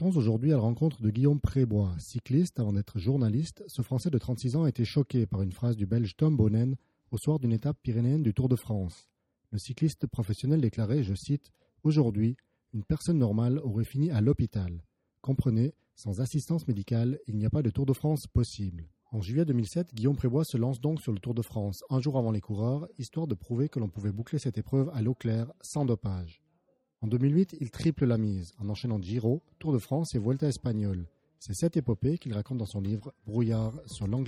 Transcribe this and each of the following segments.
Partons aujourd'hui à la rencontre de Guillaume Prébois. Cycliste avant d'être journaliste, ce Français de 36 ans a été choqué par une phrase du Belge Tom Bonnen au soir d'une étape pyrénéenne du Tour de France. Le cycliste professionnel déclarait, je cite, « Aujourd'hui, une personne normale aurait fini à l'hôpital. Comprenez, sans assistance médicale, il n'y a pas de Tour de France possible. » En juillet 2007, Guillaume Prébois se lance donc sur le Tour de France, un jour avant les coureurs, histoire de prouver que l'on pouvait boucler cette épreuve à l'eau claire, sans dopage. En 2008, il triple la mise, en enchaînant Giro, Tour de France et Vuelta espagnole. C'est cette épopée qu'il raconte dans son livre « Brouillard sur l'Angliru ».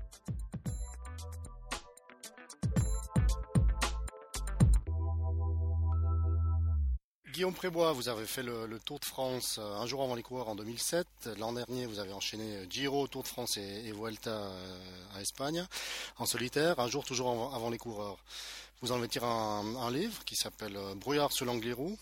Guillaume Prébois, vous avez fait le Tour de France un jour avant les coureurs en 2007. L'an dernier, vous avez enchaîné Giro, Tour de France et Vuelta à Espagne en solitaire, un jour toujours avant les coureurs. Vous en avez tiré un livre qui s'appelle Brouillard sur l'Angliru.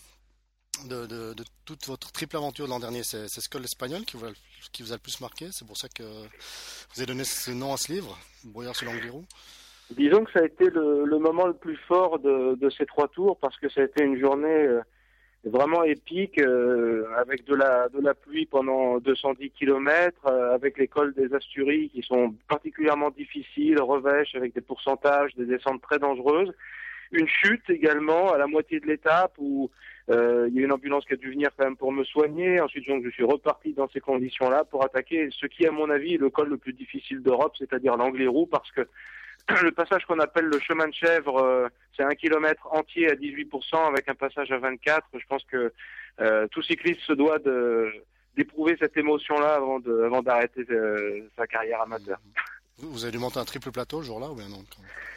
De toute votre triple aventure de l'an dernier, c'est ce col espagnol qui vous a le plus marqué. C'est pour ça que vous avez donné ce nom à ce livre, Brouillard sur l'Angliru. Disons que ça a été le moment le plus fort de ces 3 tours parce que ça a été une journée vraiment épique, avec de la pluie pendant 210 km, avec les cols des Asturies qui sont particulièrement difficiles, revêches avec des pourcentages, des descentes très dangereuses. Une chute également à la moitié de l'étape où il y a une ambulance qui a dû venir quand même pour me soigner. Ensuite, donc, je suis reparti dans ces conditions-là pour attaquer ce qui, à mon avis, est le col le plus difficile d'Europe, c'est-à-dire l'Angliru, parce que le passage qu'on appelle le chemin de chèvre, c'est 1 kilomètre entier à 18% avec un passage à 24. Je pense que tout cycliste se doit d'éprouver cette émotion-là avant d'arrêter sa carrière amateur. Vous avez dû monter un triple plateau le jour-là ou bien non?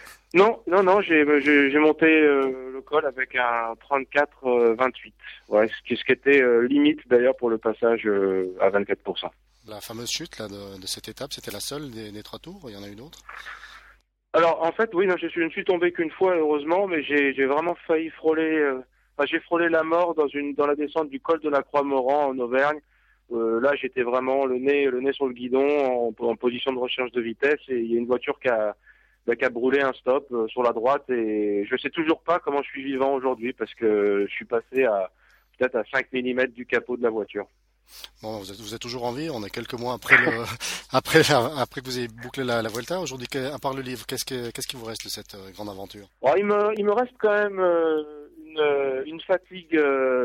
Non, j'ai monté le col avec un 34-28. Ouais, ce qui était limite d'ailleurs pour le passage à 24%. La fameuse chute là de cette étape, c'était la seule des 3 tours, il y en a eu d'autres? Alors en fait, oui, non, je ne suis tombé qu'une fois heureusement, mais j'ai vraiment failli frôler. J'ai frôlé la mort dans la descente du col de la Croix-Moran en Auvergne. Là, j'étais vraiment le nez sur le guidon en position de recherche de vitesse et il y a une voiture qui a brûlé un stop sur la droite et je sais toujours pas comment je suis vivant aujourd'hui parce que je suis passé peut-être à 5 mm du capot de la voiture. Bon, vous êtes toujours en vie. On est quelques mois après après que vous ayez bouclé la Vuelta. Aujourd'hui, à part le livre, qu'est-ce qui vous reste de cette grande aventure? Alors, il me reste quand même une fatigue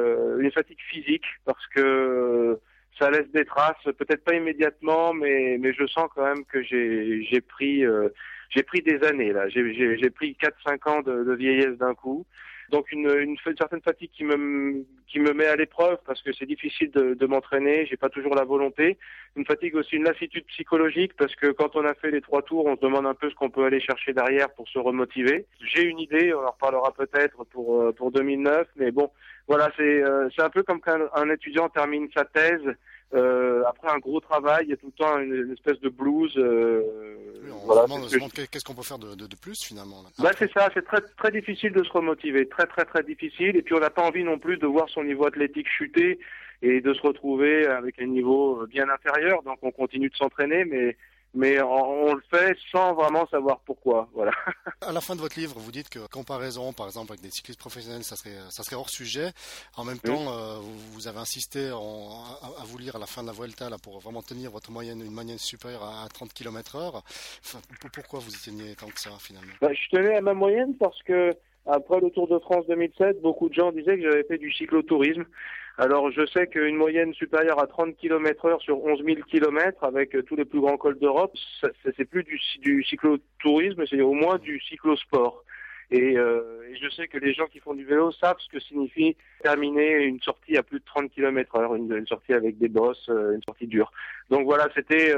physique parce que ça laisse des traces. Peut-être pas immédiatement, mais je sens quand même que j'ai pris des années là. J'ai pris 4-5 ans de vieillesse d'un coup. Donc une certaine fatigue qui me met à l'épreuve parce que c'est difficile de m'entraîner, j'ai pas toujours la volonté. Une fatigue aussi, une lassitude psychologique parce que quand on a fait les 3 tours, on se demande un peu ce qu'on peut aller chercher derrière pour se remotiver. J'ai une idée, on en reparlera peut-être pour 2009, mais bon, voilà, c'est un peu comme quand un étudiant termine sa thèse. Après un gros travail, il y a tout le temps une espèce de blues. Oui, on se demande qu'est-ce qu'on peut faire de plus finalement. Là. C'est ça, c'est très très difficile de se remotiver, très très très difficile. Et puis on n'a pas envie non plus de voir son niveau athlétique chuter et de se retrouver avec un niveau bien inférieur. Donc on continue de s'entraîner, mais on le fait sans vraiment savoir pourquoi. Voilà. À la fin de votre livre, vous dites que comparaison, par exemple, avec des cyclistes professionnels, ça serait hors sujet. En même temps, vous avez insisté à vous lire à la fin de la Vuelta là, pour vraiment tenir votre une moyenne supérieure à 30 km/h. Enfin, pourquoi vous y teniez tant que ça, finalement? Je tenais à ma moyenne parce que après le Tour de France 2007, beaucoup de gens disaient que j'avais fait du cyclotourisme. Alors je sais qu'une moyenne supérieure à 30 km/h sur 11 000 km avec tous les plus grands cols d'Europe, c'est plus du cyclotourisme, c'est au moins du cyclosport. Et je sais que les gens qui font du vélo savent ce que signifie terminer une sortie à plus de 30 km/h, une sortie avec des bosses, une sortie dure. Donc voilà, c'était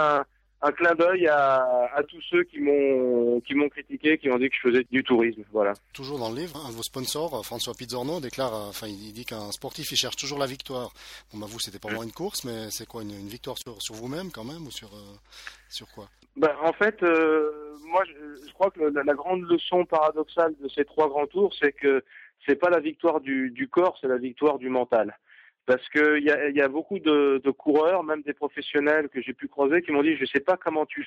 un clin d'œil à tous ceux qui m'ont critiqué, qui ont dit que je faisais du tourisme, voilà. Toujours dans le livre, un de vos sponsors, François Pizzorno, déclare, il dit qu'un sportif, il cherche toujours la victoire. Bon, vous, c'était pas vraiment une course, mais c'est quoi, une victoire sur vous-même quand même, ou sur quoi? En fait, moi, je crois que la grande leçon paradoxale de ces 3 grands tours, c'est que c'est pas la victoire du corps, c'est la victoire du mental. Parce que il y a beaucoup de coureurs, même des professionnels que j'ai pu croiser, qui m'ont dit je sais pas comment tu